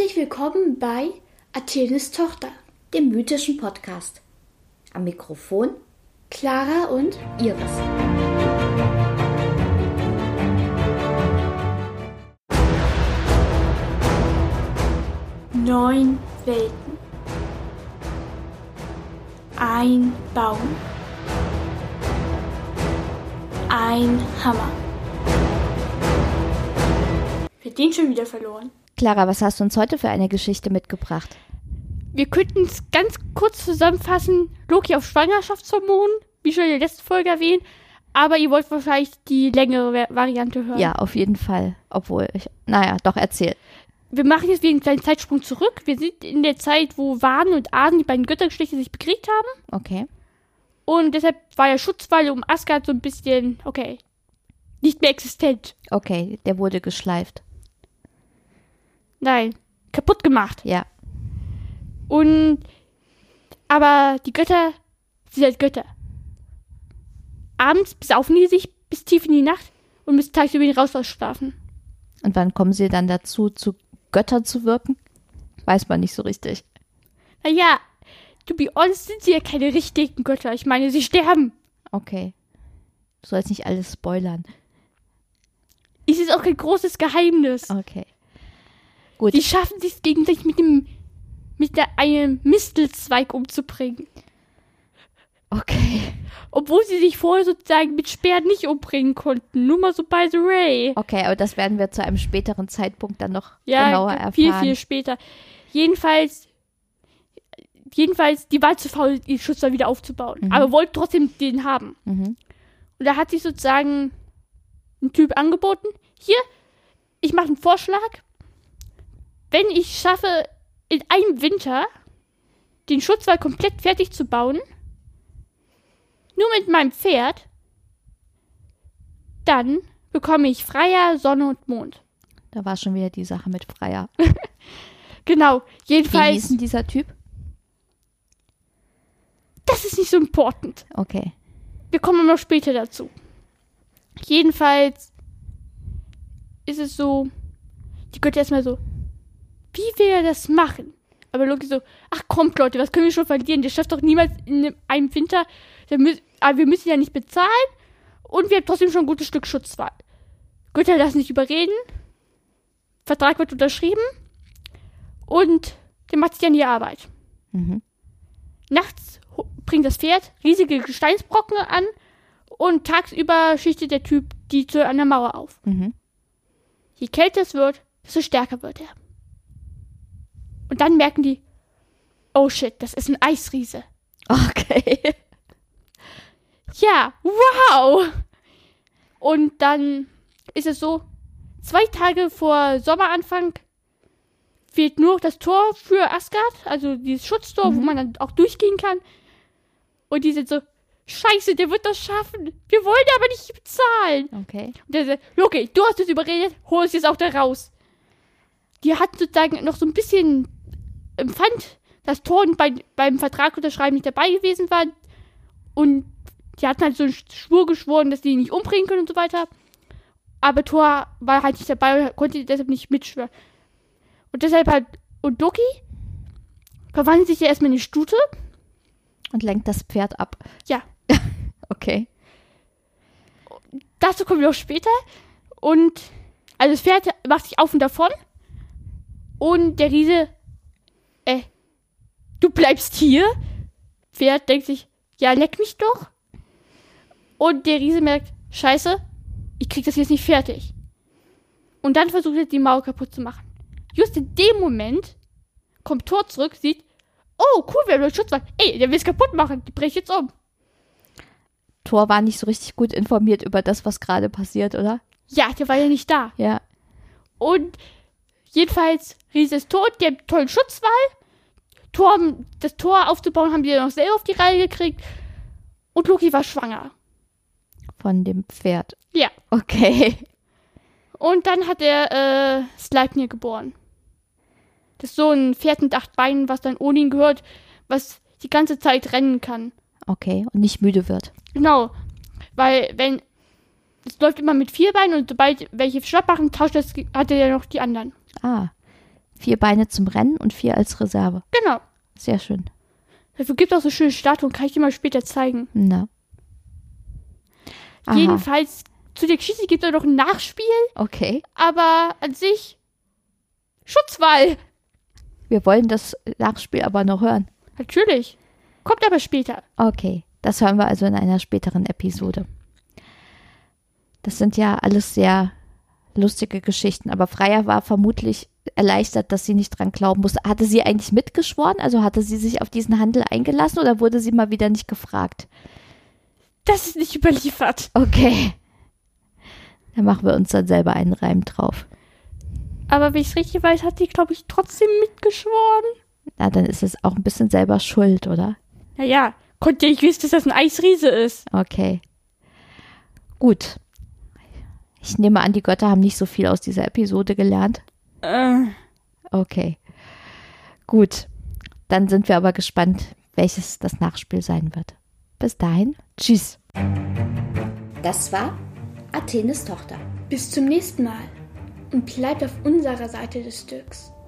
Herzlich willkommen bei Athenes Tochter, dem mythischen Podcast. Am Mikrofon Clara und Iris. Neun Welten. Ein Baum. Ein Hammer. Wir den schon wieder verloren. Clara, was hast du uns heute für eine Geschichte mitgebracht? Wir könnten es ganz kurz zusammenfassen. Loki auf Schwangerschaftshormonen, wie schon in der letzten Folge erwähnt. Aber ihr wollt wahrscheinlich die längere Variante hören. Ja, auf jeden Fall. Obwohl, doch, erzähl. Wir machen jetzt wieder einen kleinen Zeitsprung zurück. Wir sind in der Zeit, wo Waden und Aden, die beiden Göttergeschlechter, sich bekriegt haben. Okay. Und deshalb war der Schutzwall um Asgard so ein bisschen, nicht mehr existent. Okay, der wurde geschleift. Nein, kaputt gemacht. Ja. Aber die Götter sind halt Götter. Abends besaufen die sich bis tief in die Nacht und bis tagsüber den raus ausschlafen. Und wann kommen sie dann dazu, zu Göttern zu wirken? Weiß man nicht so richtig. Naja, to be honest sind sie ja keine richtigen Götter. Ich meine, sie sterben. Okay. Du sollst nicht alles spoilern. Es ist auch kein großes Geheimnis. Okay. Gut. Die schaffen sich gegenseitig mit einem Mistelzweig umzubringen. Okay. Obwohl sie sich vorher sozusagen mit Speeren nicht umbringen konnten. Nur mal so by the way. Okay, aber das werden wir zu einem späteren Zeitpunkt dann noch genauer erfahren. Viel, viel später. Jedenfalls, die war zu faul, den Schutzwall wieder aufzubauen. Mhm. Aber wollte trotzdem den haben. Mhm. Und da hat sich sozusagen ein Typ angeboten. Hier, ich mache einen Vorschlag. Wenn ich schaffe, in einem Winter den Schutzwall komplett fertig zu bauen, nur mit meinem Pferd, dann bekomme ich Freya, Sonne und Mond. Da war schon wieder die Sache mit Freya. Genau, jedenfalls. Wie hieß denn dieser Typ? Das ist nicht so important. Okay. Wir kommen noch später dazu. Jedenfalls ist es so, die Götter erstmal so, wie will er das machen? Aber Loki so, ach kommt Leute, was können wir schon verlieren? Der schafft doch niemals in einem Winter. Aber wir müssen ja nicht bezahlen. Und wir haben trotzdem schon ein gutes Stück Schutzwall. Götter lassen sich überreden. Vertrag wird unterschrieben. Und der macht sich an die Arbeit. Mhm. Nachts bringt das Pferd riesige Gesteinsbrocken an. Und tagsüber schichtet der Typ die an der Mauer auf. Mhm. Je kälter es wird, desto stärker wird er. Und dann merken die, oh shit, das ist ein Eisriese. Okay. Ja, wow. Und dann ist es so, 2 Tage vor Sommeranfang fehlt nur noch das Tor für Asgard, also dieses Schutztor, wo man dann auch durchgehen kann. Und die sind so, scheiße, der wird das schaffen. Wir wollen aber nicht bezahlen. Okay. Und der sagt, Loki, du hast uns überredet, hol es jetzt auch da raus. Die hat sozusagen noch so ein bisschen empfand, dass Thor beim Vertrag unterschreiben nicht dabei gewesen war. Und die hatten halt so einen Schwur geschworen, dass die ihn nicht umbringen können und so weiter. Aber Thor war halt nicht dabei und konnte deshalb nicht mitschwören. Und deshalb und Loki verwandelt sich ja erstmal in eine Stute. Und lenkt das Pferd ab. Ja. Okay. Dazu kommen wir auch später. Und also das Pferd macht sich auf und davon. Und der Riese, du bleibst hier. Pferd denkt sich, ja, leck mich doch. Und der Riese merkt, scheiße, ich krieg das jetzt nicht fertig. Und dann versucht er, die Mauer kaputt zu machen. Just in dem Moment kommt Thor zurück, sieht, oh, cool, wir haben einen Schutzwall. Ey, der will es kaputt machen, die breche ich jetzt um. Thor war nicht so richtig gut informiert über das, was gerade passiert, oder? Ja, der war ja nicht da. Ja. Und jedenfalls, Riese ist tot, die haben einen tollen Schutzwall. Das Tor aufzubauen, haben die ja noch selber auf die Reihe gekriegt. Und Loki war schwanger. Von dem Pferd. Ja. Okay. Und dann hat er Sleipnir geboren. Das ist so ein Pferd mit 8 Beinen, was dann Odin gehört, was die ganze Zeit rennen kann. Okay, und nicht müde wird. Genau. Weil es läuft immer mit 4 Beinen und sobald welche schlapp machen, hat er ja noch die anderen. Ah. 4 Beine zum Rennen und 4 als Reserve. Genau. Sehr schön. Dafür gibt es auch so schöne Statuen, kann ich dir mal später zeigen. Na. Aha. Jedenfalls, zu der Geschichte gibt es noch ein Nachspiel, Okay. aber an sich Schutzwall. Wir wollen das Nachspiel aber noch hören. Natürlich. Kommt aber später. Okay, das hören wir also in einer späteren Episode. Das sind ja alles sehr lustige Geschichten, aber Freya war vermutlich erleichtert, dass sie nicht dran glauben musste. Hatte sie eigentlich mitgeschworen? Also hatte sie sich auf diesen Handel eingelassen oder wurde sie mal wieder nicht gefragt? Das ist nicht überliefert. Okay. Dann machen wir uns dann selber einen Reim drauf. Aber wenn ich es richtig weiß, hat die, glaube ich, trotzdem mitgeschworen. Na, dann ist es auch ein bisschen selber schuld, oder? Naja, konnte ja nicht wissen, dass das ein Eisriese ist. Okay. Gut. Ich nehme an, die Götter haben nicht so viel aus dieser Episode gelernt. Okay. Gut. Dann sind wir aber gespannt, welches das Nachspiel sein wird. Bis dahin. Tschüss. Das war Athenes Tochter. Bis zum nächsten Mal. Und bleibt auf unserer Seite des Stücks.